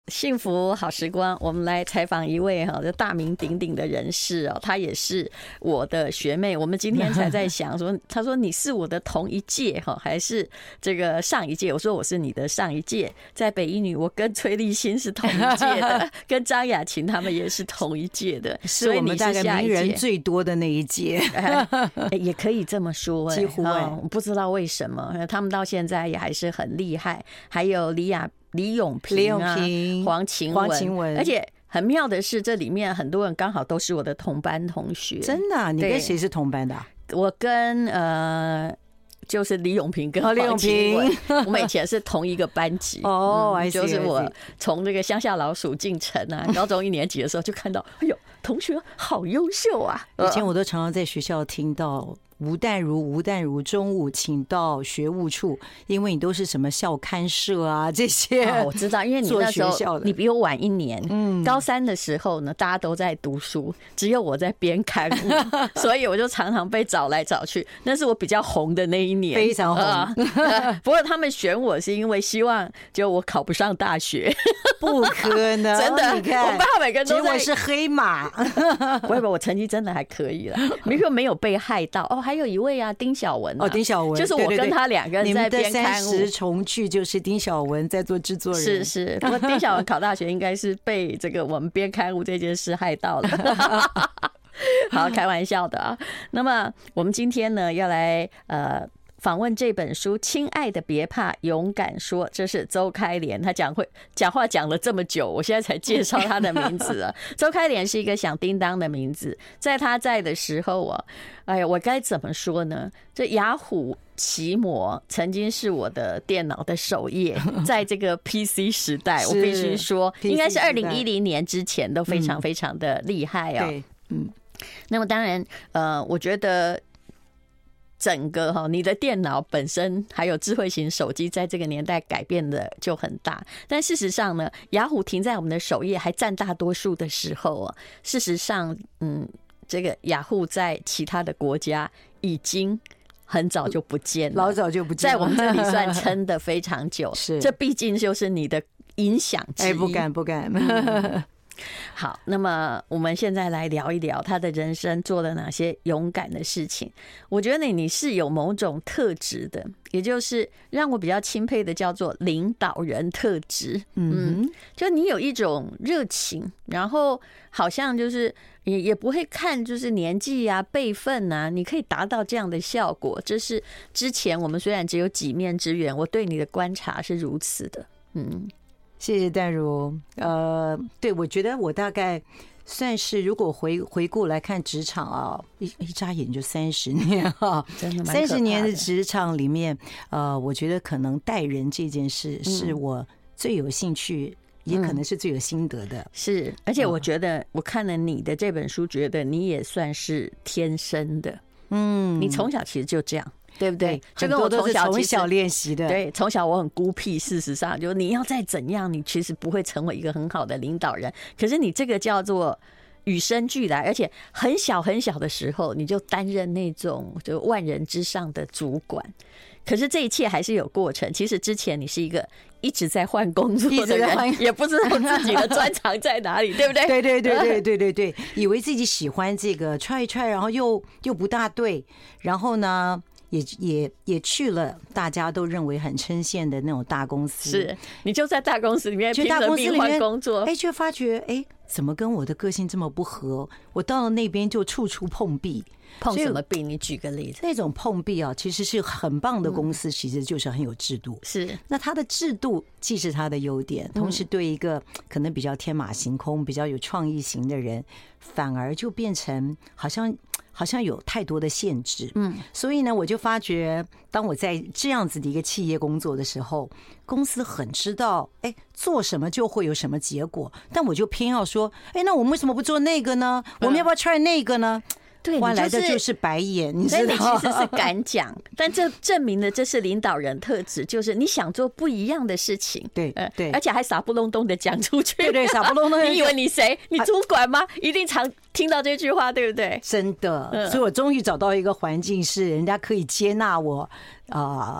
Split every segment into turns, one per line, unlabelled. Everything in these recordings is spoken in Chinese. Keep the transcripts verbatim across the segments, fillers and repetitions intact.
幸福好时光，我们来采访一位哈，大名鼎鼎的人士哦，她也是我的学妹。我们今天才在想说，她说你是我的同一届哈，还是这个上一届？我说我是你的上一届，在北一女，我跟崔丽欣是同一届的，跟张雅琴他们也是同一届的，
是我们大概名人最多的那一届，
也可以这么说，
几乎哎，
不知道为什么他们到现在也还是很厉害。还有李雅。李永平啊，黄晴雯，而且很妙的是，这里面很多人刚好都是我的同班同学。
真的、啊？你跟谁是同班的、啊？
我跟呃，就是李永平跟黄晴雯，我们以前是同一个班级。
哦、嗯，
就是我从这个乡下老鼠进城啊，高中一年级的时候就看到，哎呦，同学好优秀啊！
以前我都常常在学校听到。吴淡如，吴淡如，中午请到学务处，因为你都是什么校刊社啊这些、哦。
我知道，因为你那时候你比我晚一年，嗯，高三的时候呢，大家都在读书，只有我在编刊物，所以我就常常被找来找去。那是我比较红的那一年，
非常红。
呃、不过他们选我是因为希望就我考不上大学，
不可能，
真的。
你看，
我们班每个人都在，
结果是黑马。
不会不会，我成绩真的还可以了，没有没有被害到哦。还有一位啊，丁晓雯、啊、
哦，丁晓雯
就是我跟他两个人在编刊物。
你们的三十重聚就是丁晓雯在做制作人，
是是。不过丁晓雯考大学应该是被这个我们编刊物这件事害到了。好，开玩笑的啊。那么我们今天呢，要来呃。访问这本书《亲爱的别怕勇敢说》，这是周开莲，他讲会讲话讲了这么久，我现在才介绍他的名字啊。周开莲是一个响叮当的名字，在他在的时候啊，哎呀，我该怎么说呢？这雅虎奇摩曾经是我的电脑的首页，在这个 P C 时代，我必须说，应该是二零一零年之前都非常非常的厉害啊、哦。嗯，那么当然，呃，我觉得。整个哈，你的电脑本身还有智慧型手机，在这个年代改变的就很大。但事实上呢，雅虎停在我们的首页还占大多数的时候啊，事实上，嗯，这个雅虎在其他的国家已经很早就不见了，
老早就不见了，
在我们这里算撑得非常久。是，这毕竟就是你的影响之一。
哎，不敢不敢。
嗯好，那么我们现在来聊一聊他的人生做了哪些勇敢的事情。我觉得你是有某种特质的，也就是让我比较钦佩的叫做领导人特质。嗯，就你有一种热情，然后好像就是也也不会看就是年纪啊、辈分啊，你可以达到这样的效果。这是之前我们虽然只有几面之缘，我对你的观察是如此的。嗯。
谢谢淡如，呃，对，我觉得我大概算是，如果回回顾来看职场啊，一一眨眼就三十年啊，
真的
三十年的职场里面，呃，我觉得可能带人这件事是我最有兴趣，嗯、也可能是最有心得的。
是，而且我觉得我看了你的这本书，觉得你也算是天生的，嗯，你从小其实就这样。对不对？就跟我从小
从小练习的。
对，从小我很孤僻。事实上，就你要再怎样，你其实不会成为一个很好的领导人。可是你这个叫做与生俱来，而且很小很小的时候，你就担任那种就万人之上的主管。可是这一切还是有过程。其实之前你是一个一直在换工作的人，也不知道自己的专长在哪里，对不对？
对对对对对对对，以为自己喜欢这个，踹一踹，然后又又不大对，然后呢？也也也去了，大家都认为很称羡的那种大公司。
是，你就在大公司里面拼了命换工作，
哎，却发觉哎，怎么跟我的个性这么不合？我到了那边就处处碰壁。
碰什么壁？你举个例子。
那种碰壁啊，其实是很棒的公司，其实就是很有制度。
是，
那它的制度既是它的优点，同时对一个可能比较天马行空、比较有创意型的人，反而就变成好像。好像有太多的限制，嗯，所以呢，我就发觉，当我在这样子的一个企业工作的时候，公司很知道，哎，做什么就会有什么结果，但我就偏要说，哎，那我们为什么不做那个呢？我们要不要 try 那个呢？
对，
换来的就是白眼，你知道吗？
所以你其实是敢讲，但这证明了这是领导人特质，就是你想做不一样的事情，
对对，
而且还傻不隆咚的讲出去，
对对，傻不隆咚。
你以为你谁？你主管吗？一定常听到这句话，对不对？
真的，所以我终于找到一个环境，是人家可以接纳我啊。呃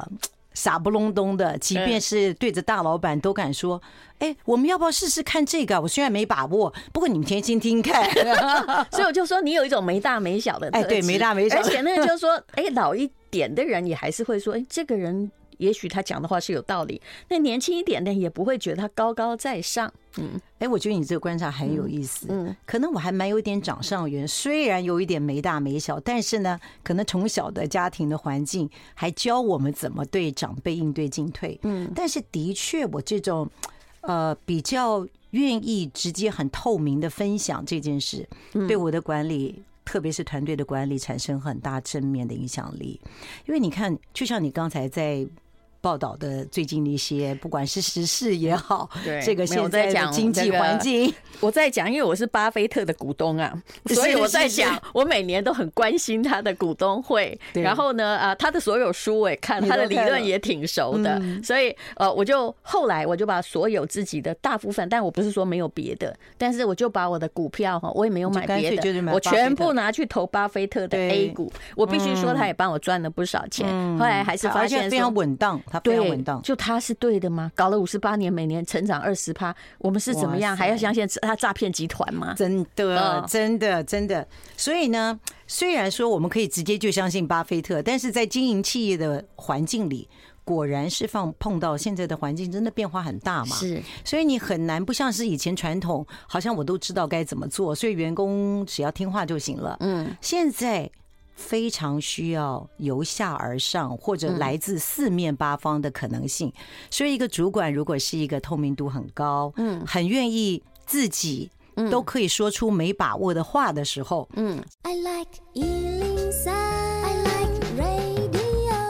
傻不隆咚的，即便是对着大老板都敢说，哎，我们要不要试试看这个？我虽然没把握，不过你们先听听看。
所以我就说你有一种没大没小的特质，
哎，对，没大没小，
而且那个就是说，哎，老一点的人也还是会说，哎，这个人也许他讲的话是有道理，那年轻一点的也不会觉得他高高在上。嗯，
哎，我觉得你这个观察很有意思。嗯，可能我还蛮有点掌上缘，虽然有一点没大没小，但是呢，可能从小的家庭的环境还教我们怎么对长辈应对进退。嗯，但是的确，我这种呃比较愿意直接很透明的分享这件事，对我的管理。特别是团队的管理产生很大正面的影响力，因为你看，就像你刚才在报道的最近的一些，不管是时事也好，这个现在的经济环境，
我在讲，因为我是巴菲特的股东啊，所以我在讲，我每年都很关心他的股东会，然后呢，啊，他的所有书我也看，他的理论也挺熟的，所以呃，我就后来我就把所有自己的大部分，但我不是说没有别的，但是我就把我的股票哈，我也没有买别的，我全部拿去投巴菲特的 A 股，我必须说他也帮我赚了不少钱，后来还是发现
非常稳当。它非常稳当，
就它是对的吗？搞了五十八年，每年成长二十趴，我们是怎么样？还要相信他诈骗集团吗？
真的，真的，真的。所以呢，虽然说我们可以直接就相信巴菲特，但是在经营企业的环境里，果然是放碰到现在的环境真的变化很大嘛。
是，
所以你很难不像是以前传统，好像我都知道该怎么做，所以员工只要听话就行了。嗯，现在。非常需要由下而上或者来自四面八方的可能性，所以一个主管如果是一个透明度很高，嗯，很愿意自己都可以说出没把握的话的时候，嗯 I like 一零三 I like radio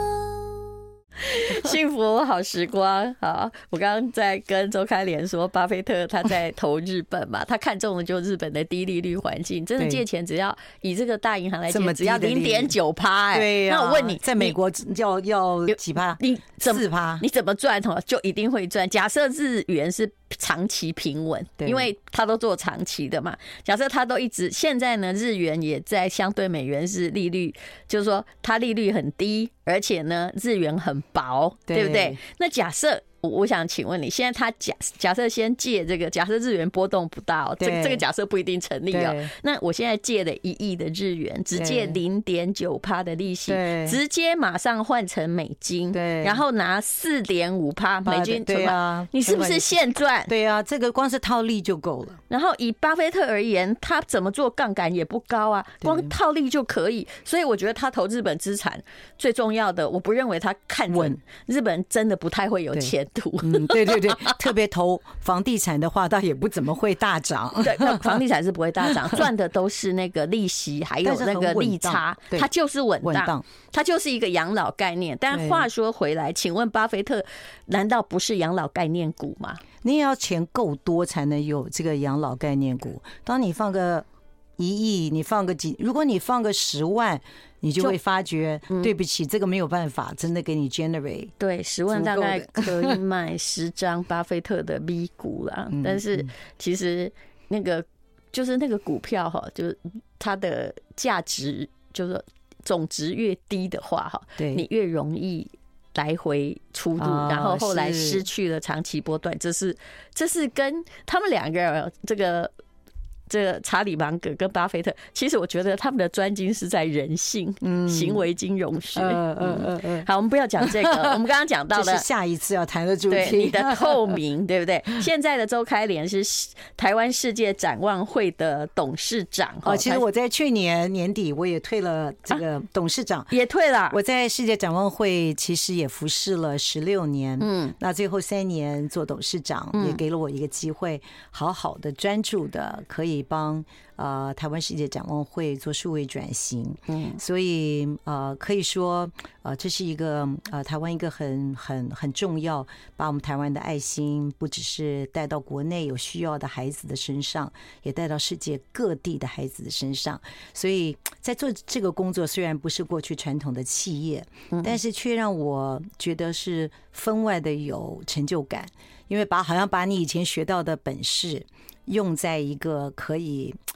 幸福好时光。好，我刚刚在跟周开莲说，巴菲特他在投日本嘛，他看中的就是日本的低利率环境，真的借钱只要以这个大银行来借，只要零点九趴。哎，
对呀、啊。
那我问你，
在美国要要几趴？
你
四趴？
你怎么赚哦？就一定会赚。假设日元是长期平稳，因为他都做长期的嘛。假设他都一直，现在呢，日元也在相对美元是利率，就是说它利率很低，而且呢，日元很薄，对不对？那假设。我想请问你，现在他假假设先借这个，假设日元波动不大、哦，这个这个假设不一定成立哦。那我现在借了一亿的日元，只借零点九趴的利息，直接马上换成美金，对，然后拿四点五趴美金，
对啊，
你是不是现赚？
对啊，这个光是套利就够了。
然后以巴菲特而言，他怎么做杠杆也不高啊，光套利就可以。所以我觉得他投日本资产最重要的，我不认为他看准日本真的不太会有钱。
嗯，对对对，特别投房地产的话，倒也不怎么会大涨。
对，房地产是不会大涨，赚的都是那个利息，还有那个利差，它就是稳当，它就是一个养老概念。但话说回来，请问巴菲特难道不是养老概念股吗？
你也要钱够多才能有这个养老概念股。当你放个一亿，你放个几，如果你放个十万。你就会发觉，对不起，这个没有办法真的给你 generate。
对，十万大概可以买十张巴菲特的 V 股啦。但是其实那个就是那个股票哈，就是它的价值，就是总值越低的话哈，你越容易来回出入，然后后来失去了长期波段。这是这是跟他们两个这个。这个查理芒格跟巴菲特，其实我觉得他们的专精是在人性、嗯、行为金融学。嗯嗯嗯嗯。好，我们不要讲这个，我们刚刚讲到
的，这是下一次要谈的主题。
对，你的透明，对不对？现在的周开莲是台湾世界展望会的董事长。
哦，其实我在去年年底我也退了这个董事长，啊、
也退了。
我在世界展望会其实也服侍了十六年，嗯，那最后三年做董事长，嗯、也给了我一个机会，好好的专注的可以。帮呃台湾世界展望会做数位转型，嗯，所以呃可以说呃这是一个呃台湾一个很很很重要，把我们台湾的爱心不只是带到国内有需要的孩子的身上，也带到世界各地的孩子的身上。所以在做这个工作，虽然不是过去传统的企业，但是却让我觉得是分外的有成就感，因为把好像把你以前学到的本事。用在一个可以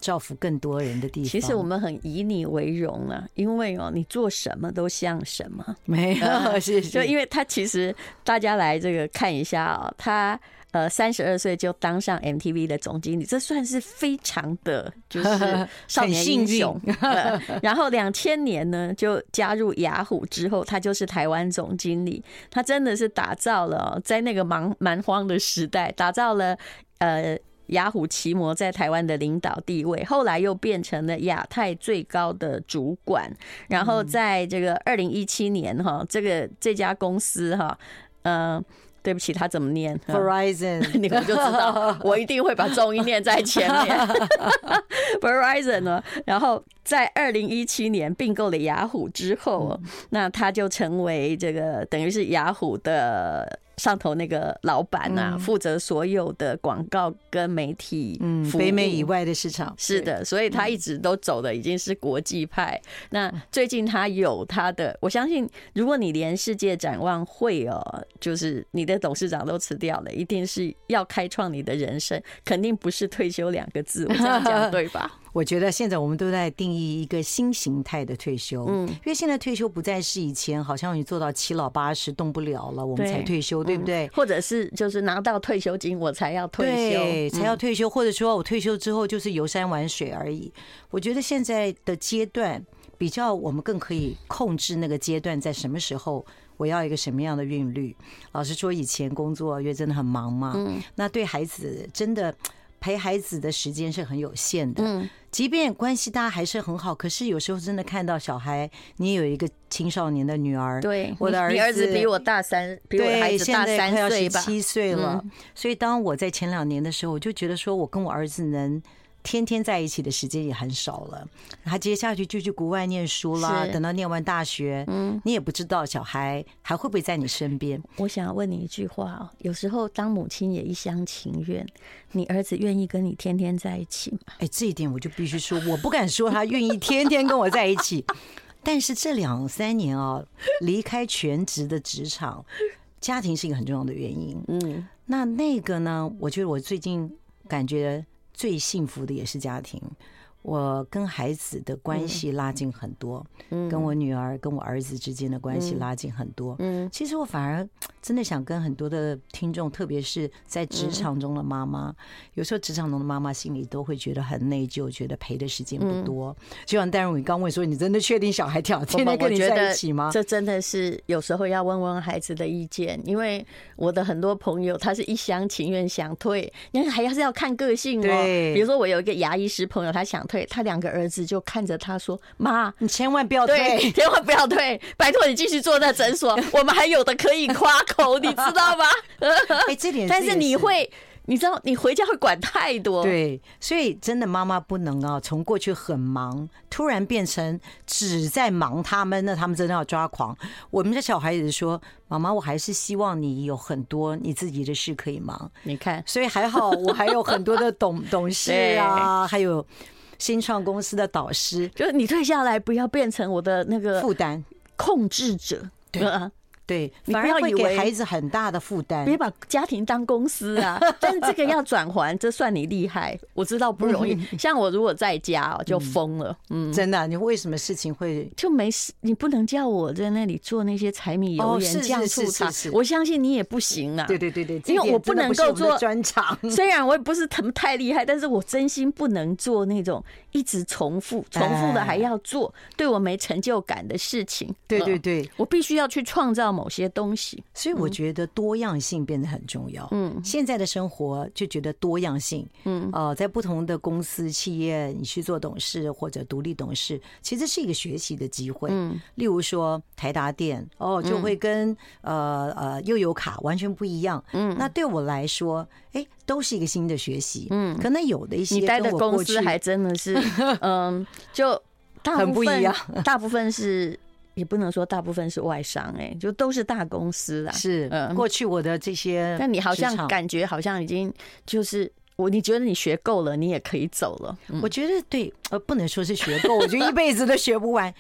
造福更多人的地方。
其实我们很以你为荣啊，因为哦，你做什么都像什么。
没有，呃、是是，
就因为他其实大家来这个看一下啊、哦，他呃三十二岁就当上 M T V 的总经理，这算是非常的就是少年英雄。呃、然后两千年呢就加入雅虎之后，他就是台湾总经理。他真的是打造了、哦、在那个蛮蛮荒的时代，打造了呃。雅虎奇摩在台湾的领导地位，后来又变成了亚太最高的主管。然后在这个二零一七年哈，这个这家公司哈，呃，对不起，他怎么念
？Verizon，
你们就知道，我一定会把重音念在前面。Verizon 呢，然后在二零一七年并购了雅虎之后，那他就成为这个等于是雅虎的上头那个老板啊，负责所有的广告跟媒体服务，
北美以外的市场。
是的，所以他一直都走的已经是国际派。那最近他有他的，我相信如果你连世界展望会哦，就是你的董事长都辞掉了，一定是要开创你的人生，肯定不是退休两个字。我这样讲对吧？
我觉得现在我们都在定义一个新形态的退休，嗯，因为现在退休不再是以前好像你做到七老八十动不了了，我们才退休，对不对？
或者是就是拿到退休金我才要退休，
对，才要退休，或者说我退休之后就是游山玩水而已。我觉得现在的阶段比较，我们更可以控制那个阶段在什么时候。我要一个什么样的韵律？老实说，以前工作因为真的很忙嘛，嗯，那对孩子真的陪孩子的时间是很有限的，嗯，即便关系大家还是很好，可是有时候真的看到小孩，你有一个青少年的女儿，
对，
我的儿子，
你儿子比我大三，比我的孩子大三岁吧，
七岁了，嗯，所以当我在前两年的时候，我就觉得说我跟我儿子能天天在一起的时间也很少了，他接下去就去国外念书啦，等到念完大学，嗯，你也不知道小孩还会不会在你身边。
我想要问你一句话哦，有时候当母亲也一厢情愿，你儿子愿意跟你天天在一起吗？
哎，这一点我就必须说，我不敢说他愿意天天跟我在一起，但是这两三年啊，离开全职的职场，家庭是一个很重要的原因。嗯，那那个呢，我觉得我最近感觉最幸福的也是家庭，我跟孩子的关系拉近很多，嗯，跟我女儿跟我儿子之间的关系拉近很多，嗯，其实我反而真的想跟很多的听众，特别是在职场中的妈妈，有时候职场中的妈妈心里都会觉得很内疚，觉得陪的时间不多。就像戴荣宇刚问说，你真的确定小孩天天跟你在一起吗？
这真的是有时候要问问孩子的意见，因为我的很多朋友他是一厢情愿想退，那还要是要看个性哦。比如说我有一个牙医师朋友，他想退，他两个儿子就看着他说：“妈，
你千万不要退，
千万不要退，拜托你继续做在诊所，我们还有的可以夸口，你知道吗？”
哎，这点，
但是你会。你知道，你回家会管太多，
对，所以真的妈妈不能啊，从过去很忙，突然变成只在忙他们，那他们真的要抓狂。我们的小孩子说：“妈妈，我还是希望你有很多你自己的事可以忙。”
你看，
所以还好，我还有很多的董董事啊，还有新创公司的导师，
就是你退下来，不要变成我的那个
负担
控制者，
对。对，反而会给孩子很大的负担。
别把家庭当公司啊！但是这个要转还，这算你厉害。我知道不容易。像我如果在家就疯了。嗯，
真的，你为什么事情会
就没事？你不能叫我在那里做那些柴米油盐酱醋茶。我相信你也不行啊。
对对对对，
因为我不能够做
专长。
虽然我也不是太厉害，但是我真心不能做那种一直重复、重复的还要做，对我没成就感的事情。
对对对，
我必须要去创造某些东西。
所以我觉得多样性变得很重要。嗯，现在的生活就觉得多样性。嗯，呃，在不同的公司企业，你去做董事或者独立董事，其实是一个学习的机会。嗯，例如说台达电哦，就会跟呃呃悠游卡完全不一样。嗯，那对我来说，哎，都是一个新的学习。嗯，可能有的一些
你待的公司还真的是，嗯，就大部分
很不一样，
大部分是。也不能说大部分是外商，哎，就都是大公司啦。
是，嗯，过去我的这些，
但你好像感觉好像已经就是我，你觉得你学够了，你也可以走了。
嗯、我觉得对，呃，不能说是学够，我觉得一辈子都学不完。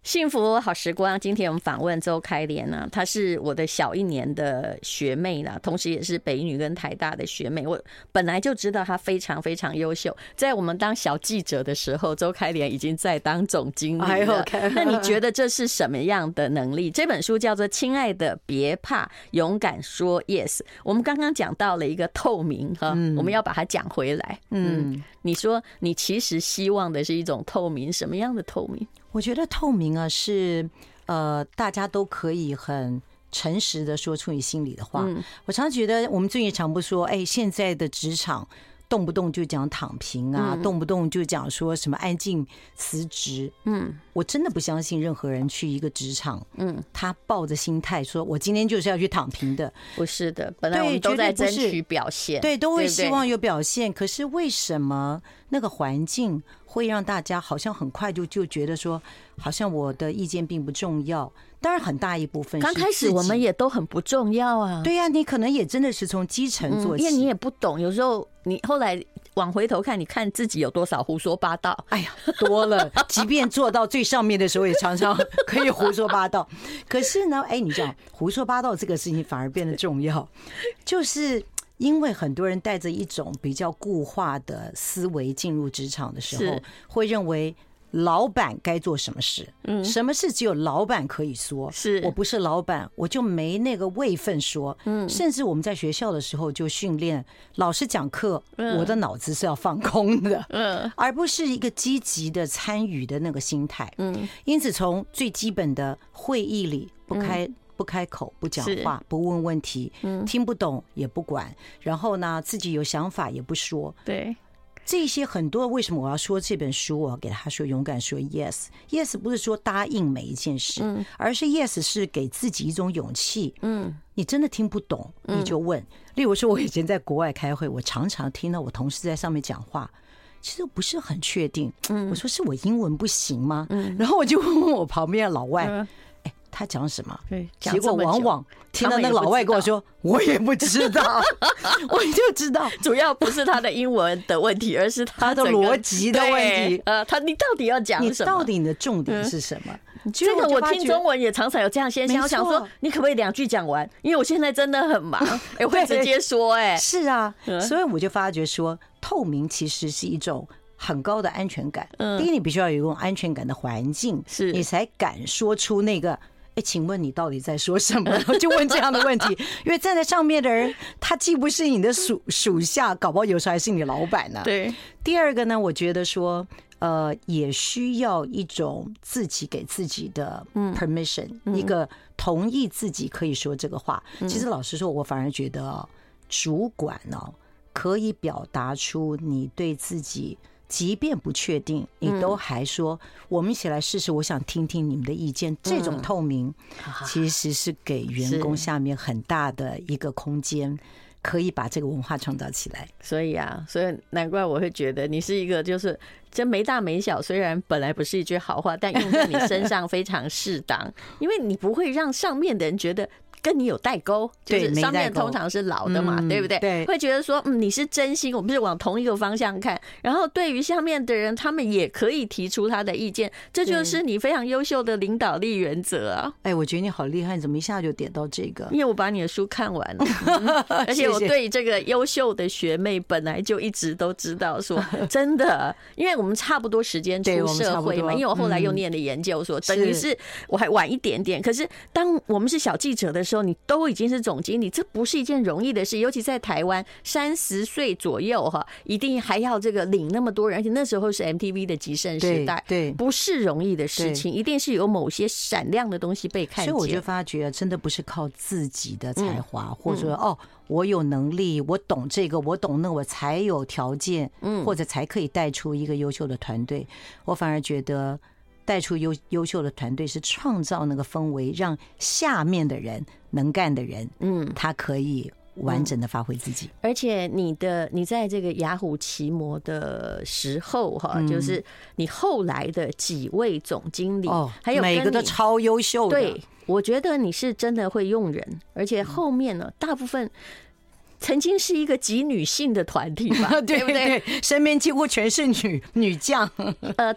幸福好时光，今天我们访问周开莲啊，她是我的小一年的学妹啦，同时也是北一女跟台大的学妹。我本来就知道她非常非常优秀，在我们当小记者的时候，周开莲已经在当总经理了。那你觉得这是什么样的能力？这本书叫做《亲爱的，别怕，勇敢说 yes》。我们刚刚讲到了一个透明哈，嗯、我们要把它讲回来。嗯，嗯你说你其实希望的是一种透明，什么样的透明？
我觉得透明啊，是呃，大家都可以很诚实的说出你心里的话。嗯、我常觉得我们最近常不说，哎，现在的职场动不动就讲躺平啊，嗯、动不动就讲说什么安静辞职。嗯，我真的不相信任何人去一个职场，嗯，他抱着心态说我今天就是要去躺平的，
不是的。本来我们都在争取表现，
对，都会希望有表现。可是为什么那个环境会让大家好像很快就就觉得说，好像我的意见并不重要？当然，很大一部分是
刚开始我们也都很不重要啊。
对呀、啊，你可能也真的是从基层做起、嗯，
因为你也不懂，有时候你后来往回头看，你看自己有多少胡说八道。
哎呀，多了，即便做到最上面的时候，也常常可以胡说八道。可是呢，哎，你讲胡说八道这个事情反而变得重要，就是因为很多人带着一种比较固化的思维进入职场的时候，会认为老板该做什么事，嗯，什么事只有老板可以说，是我不是老板，我就没那个位分说，嗯，甚至我们在学校的时候就训练老师讲课，我的脑子是要放空的，嗯，而不是一个积极的参与的那个心态，嗯，因此从最基本的会议里不开。不开口，不讲话，不问问题，嗯、听不懂也不管，然后呢，自己有想法也不说。
对，
这些很多为什么我要说这本书？我要给他说勇敢说 yes，yes yes 不是说答应每一件事，嗯、而是 yes 是给自己一种勇气。嗯，你真的听不懂，你就问。嗯、例如说，我以前在国外开会，我常常听到我同事在上面讲话。其实不是很确定，嗯、我说是我英文不行吗？嗯、然后我就问问我旁边的老外。嗯他讲什么？结果往往听到那个老外跟我说，我也不知道，我就知道，
主要不是他的英文的问题，而是他
的逻辑的问题。
呃，他你到底要讲什么？
你到底你的重点是什么？
这个我听中文也常常有这样现象，我想说，你可不可以两句讲完？因为我现在真的很忙，我会直接说，哎，
是啊，所以我就发觉说，透明其实是一种很高的安全感。第一，你必须要有一种安全感的环境，是你才敢说出那个。哎，请问你到底在说什么？就问这样的问题，因为站在上面的人，他既不是你的属属下，搞不好有时候还是你老板呢。
对。
第二个呢，我觉得说，呃，也需要一种自己给自己的 permission，、嗯、一个同意自己可以说这个话。嗯、其实老实说，我反而觉得、哦，主管哦，可以表达出你对自己。即便不确定，你都还说我们一起来试试，我想听听你们的意见。这种透明其实是给员工下面很大的一个空间，可以把这个文化创造起来。
所以啊，所以难怪我会觉得你是一个就是真没大没小，虽然本来不是一句好话，但用在你身上非常适当，因为你不会让上面的人觉得跟你有代沟，就是上面通常是老的嘛，对不对？对，会觉得说，嗯，你是真心，我们是往同一个方向看。然后对于下面的人，他们也可以提出他的意见，这就是你非常优秀的领导力原则啊！
哎，我觉得你好厉害，你怎么一下就点到这个？
因为我把你的书看完了，而且我对这个优秀的学妹本来就一直都知道说，真的，因为我们差不多时间出社会嘛，因为我后来又念了研究所，等于是我还晚一点点。可是当我们是小记者的时候，你都已经是总经理，这不是一件容易的事，尤其在台湾，三十岁左右哈，一定还要这个领那么多人，而且那时候是 M T V 的极盛时代，对，不是容易的事情，一定是有某些闪亮的东西被看见。
所以我就发觉，真的不是靠自己的才华，嗯、或者说哦，我有能力，我懂这个，我懂那，我才有条件，嗯，或者才可以带出一个优秀的团队。我反而觉得。带出优优秀的团队是创造那个氛围，让下面的人能干的人，嗯，他可以完整的发挥自己。
嗯、而且你的你在这个雅虎奇摩的时候哈，嗯、就是你后来的几位总经理，哦，
还有每个都超优秀的。
对，我觉得你是真的会用人，而且后面呢，大部分。曾经是一个极女性的团体吧，对不对？
身边几乎全是女女将。呃，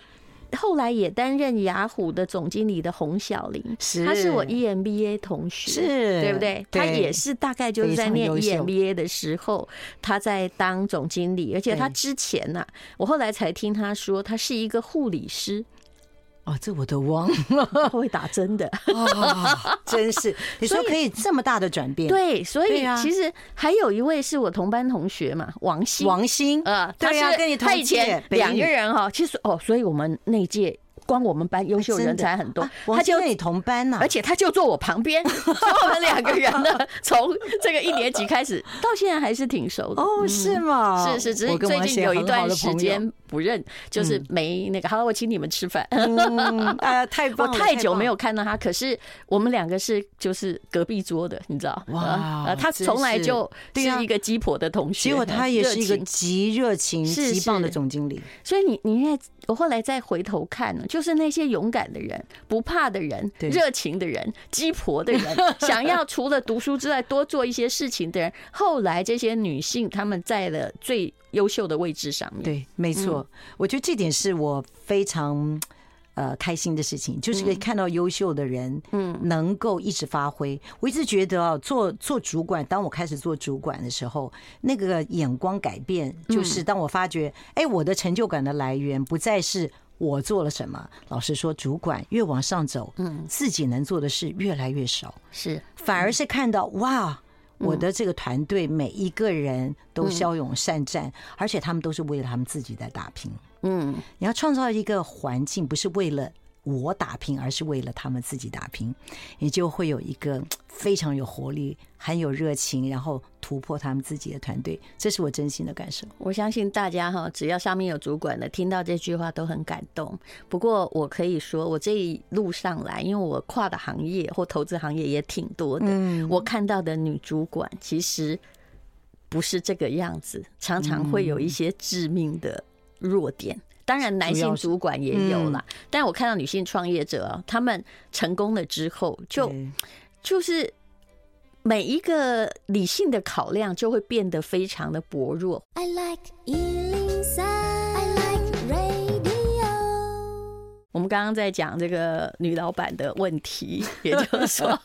后来也担任雅虎的总经理的洪小玲，
是，
他是我 E M B A 同学，
是，
对不对？他也是大概就是在念 E M B A 的时候，他在当总经理，而且他之前呢、啊，我后来才听他说，他是一个护理师。
哦，这我都忘了，
会打针的，
哦，真是，你说可以这么大的转变，
对，所以其实还有一位是我同班同学嘛，王鑫，
王鑫，
呃，
对呀，跟你同届，
他以前两个人哈，其实哦，所以我们那届。光我们班优秀人才很多，
啊、他就跟你同班呐、啊，
而且他就坐我旁边，所以我们两个人呢，从这个一年级开始到现在还是挺熟的。
哦，是吗？
是是，只是最近有一段时间不认，就是没那个。好，我请你们吃饭。
嗯，啊，太棒了！
我太久没有看到他，可是我们两个是就是隔壁桌的，你知道？
哇，
他从来就是一个鸡婆的同学，
结果他也是一个极热情、极棒的总经理。
所以你你现在我后来再回头看呢。就是那些勇敢的人、不怕的人、热情的人、鸡婆的人，想要除了读书之外多做一些事情的人，后来这些女性她们在了最优秀的位置上面。
对，没错，嗯、我觉得这点是我非常呃开心的事情，就是可以看到优秀的人，嗯，能够一直发挥。我一直觉得啊，做做主管，当我开始做主管的时候，那个眼光改变，就是当我发觉，哎，我的成就感的来源不再是。我做了什么？老实说，主管越往上走，嗯，自己能做的事越来越少，
是，
反而是看到哇，我的这个团队每一个人都骁勇善战，而且他们都是为了他们自己在打拼。嗯，你要创造一个环境，不是为了我打拼，而是为了他们自己打拼，你就会有一个非常有活力、很有热情，然后突破他们自己的团队。这是我真心的感受。
我相信大家哈，只要上面有主管的，听到这句话都很感动。不过我可以说，我这一路上来，因为我跨的行业或投资行业也挺多的，嗯，我看到的女主管其实不是这个样子，常常会有一些致命的弱点。当然，男性主管也有啦，嗯、但我看到女性创业者啊，他们成功了之后，就就是每一个理性的考量就会变得非常的薄弱。I like 一零三 I like radio。我们刚刚在讲这个女老板的问题，也就是说，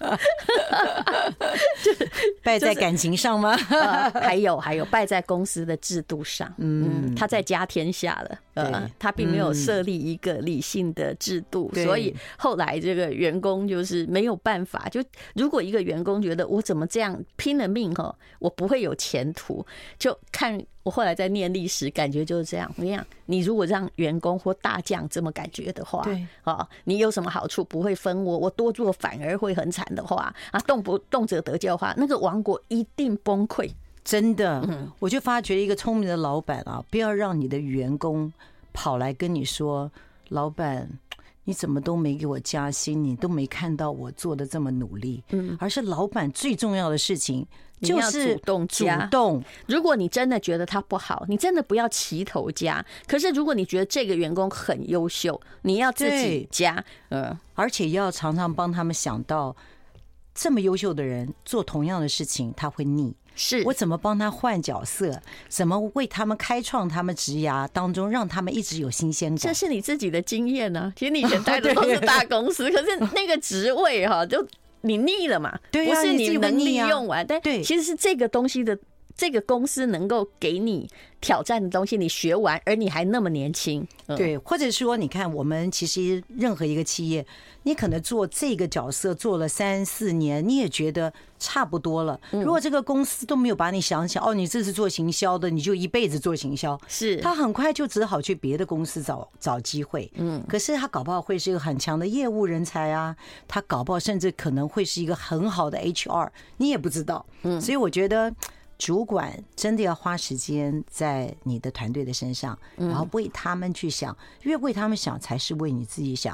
就是败在感情上吗？
呃、还有还有败在公司的制度上。嗯，他在家天下了。呃，他并没有设立一个理性的制度，所以后来这个员工就是没有办法。就如果一个员工觉得我怎么这样拼了命哈，我不会有前途，就看我后来在念历史，感觉就是这样。我跟你讲，你如果让员工或大将这么感觉的话，
对
啊，你有什么好处不会分我，我多做反而会很惨的话啊，动不动辄得咎的话，那个王国一定崩溃。
真的，我就发觉一个聪明的老板啊，不要让你的员工跑来跟你说，老板，你怎么都没给我加薪，你都没看到我做的这么努力。嗯，而是老板最重要的事情就是
主动加。
主动，
如果你真的觉得他不好，你真的不要齐头加。可是如果你觉得这个员工很优秀，你要自己加。嗯，
而且要常常帮他们想到，这么优秀的人做同样的事情，他会腻。
是
我怎么帮他换角色，怎么为他们开创他们职涯当中，让他们一直有新鲜感。
这是你自己的经验呢、啊。其实你以前待的都是大公司，可是那个职位哈，就你腻了嘛，
对啊、
不是你能力用完，
啊、
但其实是这个东西的。这个公司能够给你挑战的东西，你学完，而你还那么年轻，
嗯、对，或者说，你看，我们其实任何一个企业，你可能做这个角色做了三四年，你也觉得差不多了。如果这个公司都没有把你想想，哦，你这是做行销的，你就一辈子做行销，
是
他很快就只好去别的公司找找机会。嗯，可是他搞不好会是一个很强的业务人才啊，他搞不好甚至可能会是一个很好的 H R， 你也不知道。嗯，所以我觉得。主管真的要花时间在你的团队的身上，然后为他们去想，因为为他们想才是为你自己想。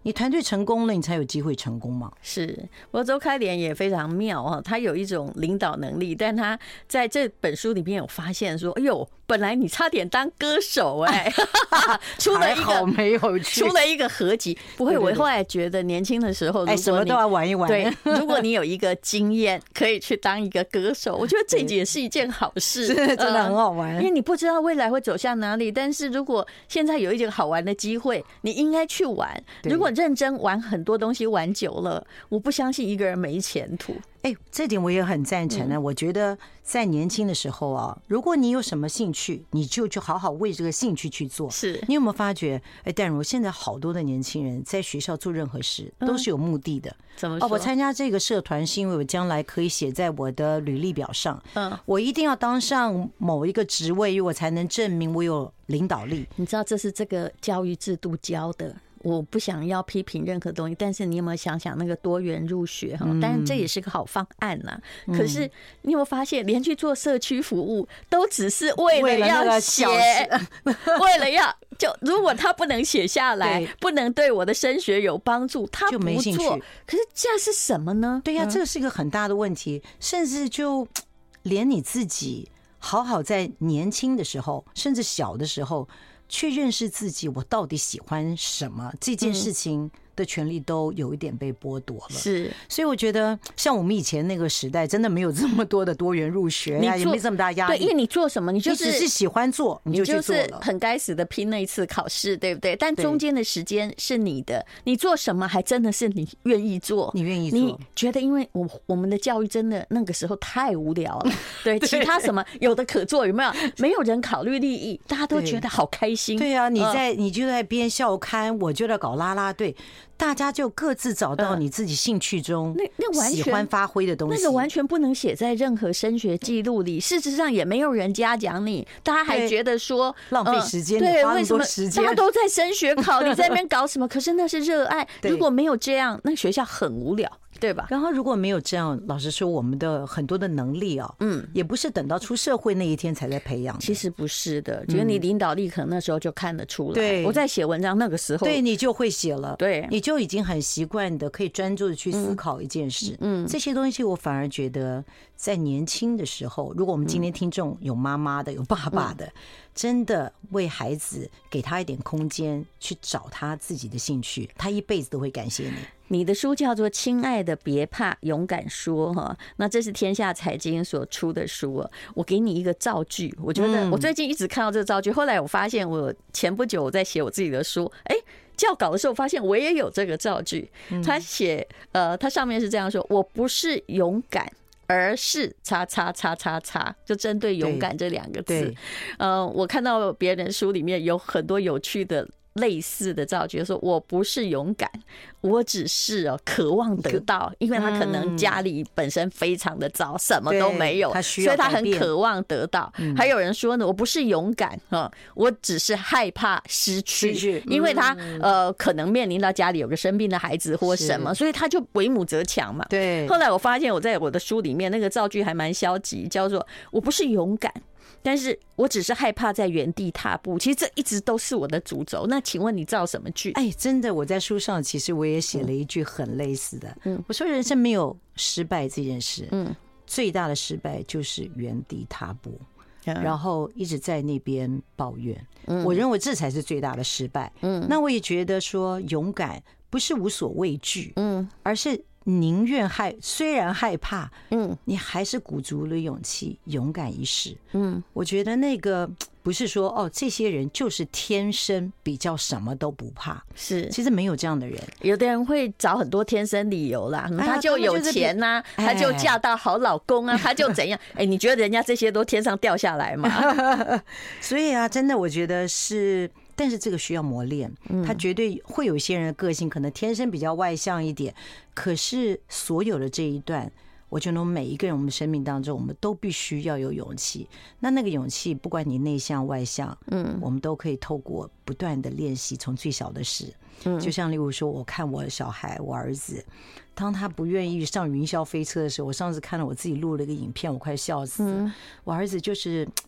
你团队成功了，你才有机会成功嘛。
是，不过周开莲也非常妙啊，他有一种领导能力，但他在这本书里面有发现说，哎呦，本来你差点当歌手哎、欸，出了一个
没有去，
出了一个合集。不会，我后来觉得年轻的时候，
哎，什么都要玩一玩。
对，如果你有一个经验，可以去当一个歌手，我觉得这也是一件好事，
真的真的很好玩、
呃。因为你不知道未来会走向哪里，但是如果现在有一个好玩的机会，你应该去玩。如果认真玩很多东西，玩久了，我不相信一个人没前途。
哎，这点我也很赞成呢。我觉得在年轻的时候啊，如果你有什么兴趣，你就去好好为这个兴趣去做。
是
你有没有发觉？哎，淡如，现在好多的年轻人在学校做任何事都是有目的的。
怎么说？
哦，我参加这个社团是因为我将来可以写在我的履历表上。
嗯，
我一定要当上某一个职位，我才能证明我有领导力。
你知道这是这个教育制度教的。我不想要批评任何东西，但是你有没有想想那个多元入学哈？当然这也是个好方案呐。可是你有没有发现，连去做社区服务都只是为了要写，为了要就如果他不能写下来，不能对我的升学有帮助，他不做。可是这是什么呢？
对呀、啊，这个是一个很大的问题，甚至就连你自己好好在年轻的时候，甚至小的时候。去认识自己，我到底喜欢什么？这件事情的权利都有一点被剥夺了。
是，
所以我觉得，像我们以前那个时代，真的没有这么多的多元入学呀、啊，也没这么大压力。
对，因为你做什么，你就是
你只是喜欢做，你就去做了。
你就是很该死的拼那一次考试，对不对？但中间的时间是你的，你做什么还真的是你愿意做，
你愿意做。
你觉得，因为我我们的教育真的那个时候太无聊了，对，其他什么有的可做，有没有？没有人考虑利益，大家都觉得好开心。
对啊，你在你就在编校刊，我就在搞啦啦队。大家就各自找到你自己兴趣中那那完全喜欢发挥的东西，
那个完全不能写在任何升学记录里。事实上也没有人嘉奖你，大家还觉得说
浪费时间。
对，为什么大家都在升学考，你在那边搞什么？可是那是热爱。如果没有这样，那学校很无聊。对吧？
然后如果没有这样，老实说，我们的很多的能力啊，嗯，也不是等到出社会那一天才在培养。
其实不是的，觉得你领导力可能那时候就看得出来。
对，
我在写文章那个时候，
对你就会写了，
对，
你就已经很习惯的可以专注的去思考一件事。嗯，这些东西我反而觉得在年轻的时候，如果我们今天听众有妈妈的、有爸爸的，真的为孩子给他一点空间，去找他自己的兴趣，他一辈子都会感谢你。
你的书叫做《亲爱的别怕，勇敢说》哈，那这是天下财经所出的书。我给你一个造句，我觉得我最近一直看到这个造句，后来我发现我前不久我在写我自己的书，哎，校稿的时候发现我也有这个造句。他写呃，他上面是这样说：我不是勇敢。而是叉叉叉叉叉，就针对勇敢这两个字。呃，我看到别人书里面有很多有趣的类似的造句，说我不是勇敢，我只是哦渴望得到，因为他可能家里本身非常的糟，什么都没有，所以他很渴望得到。还有人说呢，我不是勇敢啊，我只是害怕失去，因为他呃可能面临到家里有个生病的孩子或什么，所以他就为母则强嘛。
对。
后来我发现我在我的书里面那个造句还蛮消极，叫做我不是勇敢。但是我只是害怕在原地踏步，其实这一直都是我的主轴。那请问你造什么句？
哎，真的，我在书上其实我也写了一句很类似的。嗯，我说人生没有失败这件事，嗯，最大的失败就是原地踏步，然后一直在那边抱怨。嗯，我认为这才是最大的失败。嗯，那我也觉得说勇敢不是无所畏惧，嗯，而是。宁愿害，虽然害怕，嗯，你还是鼓足了勇气，勇敢一试。嗯，我觉得那个不是说哦，这些人就是天生比较什么都不怕，
是，
其实没有这样的人。
有的人会找很多天生理由啦，他就有钱呐、啊，他就嫁到好老公啊，他就怎样？哎，你觉得人家这些都天上掉下来吗？
所以啊，真的，我觉得是。但是这个需要磨练，他绝对会有一些人的个性可能天生比较外向一点，可是所有的这一段，我觉得每一个人我们生命当中，我们都必须要有勇气。那那个勇气，不管你内向外向，嗯，我们都可以透过不断的练习，从最小的事，嗯，就像例如说，我看我的小孩，我儿子，当他不愿意上云霄飞车的时候，我上次看了我自己录了一个影片，我快笑死了。我儿子就是。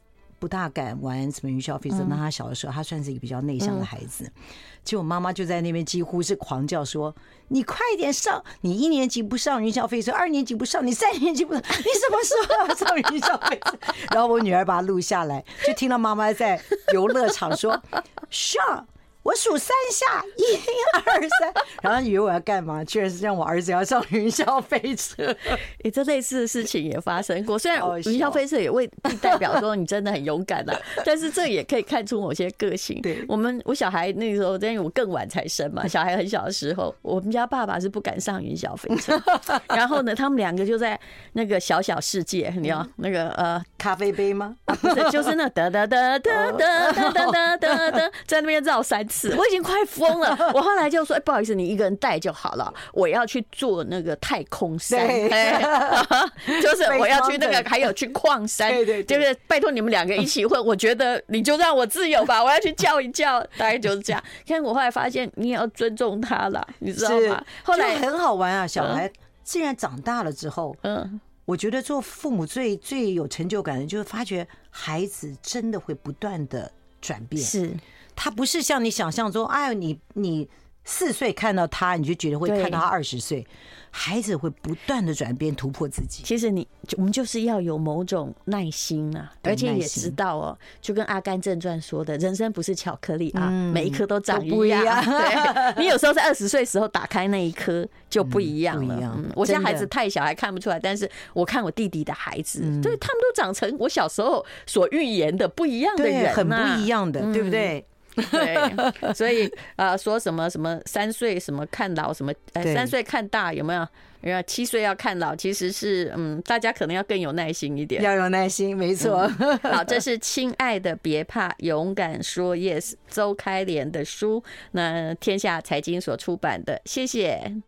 不大敢玩什么云霄飞车。那他小的时候，他算是一个比较内向的孩子，结果妈妈就在那边几乎是狂叫说：“你快点上！你一年级不上云霄飞车，二年级不上，你三年级不上，你什么时候要上云霄飞车？”然后我女儿把它录下来，就听到妈妈在游乐场说：“上！我数三下，一二三。”然后以为我要干嘛？居然是让我儿子要上云霄飞车。
哎，这类似的事情也发生过。虽然云霄飞车也未必代表说你真的很勇敢啊，但是这也可以看出某些个性。
对，我
们我小孩那个时候，因为我更晚才生嘛，小孩很小的时候，我们家爸爸是不敢上云霄飞车。然后呢，他们两个就在那个小小世界，你知道那个呃
咖啡杯吗？
啊，不是，就是那哒哒哒哒哒哒哒哒哒，在那边绕三次。我已经快疯了，我后来就说：“哎，不好意思，你一个人带就好了，我要去做那个太空山，就是我要去那个，还有去矿山，
对对，
就是拜托你们两个一起混，我觉得你就让我自由吧，我要去叫一叫，大概就是这样。看我后来发现，你也要尊重他了，你知道吗？后来
很好玩啊，小孩既然长大了之后，嗯。”我觉得做父母最最有成就感的，就是发觉孩子真的会不断的转变。
是，
他不是像你想象中，哎，你你四岁看到他，你就觉得会看到他二十岁。孩子会不断的转变，突破自己。
其实你我们就是要有某种耐心啊，而且也知道哦，就跟《阿甘正传》说的，人生不是巧克力啊，嗯、每一颗都长一样。对，你有时候在二十岁时候打开那一颗就不一样了。嗯嗯、我家孩子太小还看不出来，但是我看我弟弟的孩子，嗯、对他们都长成我小时候所预言的不一样的人、啊，
很不一样的，嗯、对不对？
对，所以呃，说什么什么三岁什么看老什么，呃，三岁看大有没有？然后七岁要看老，其实是嗯，大家可能要更有耐心一点，
要有耐心，没错。
嗯、好，这是亲爱的别怕，勇敢说 yes， 周开莲的书，那天下财经所出版的，谢谢。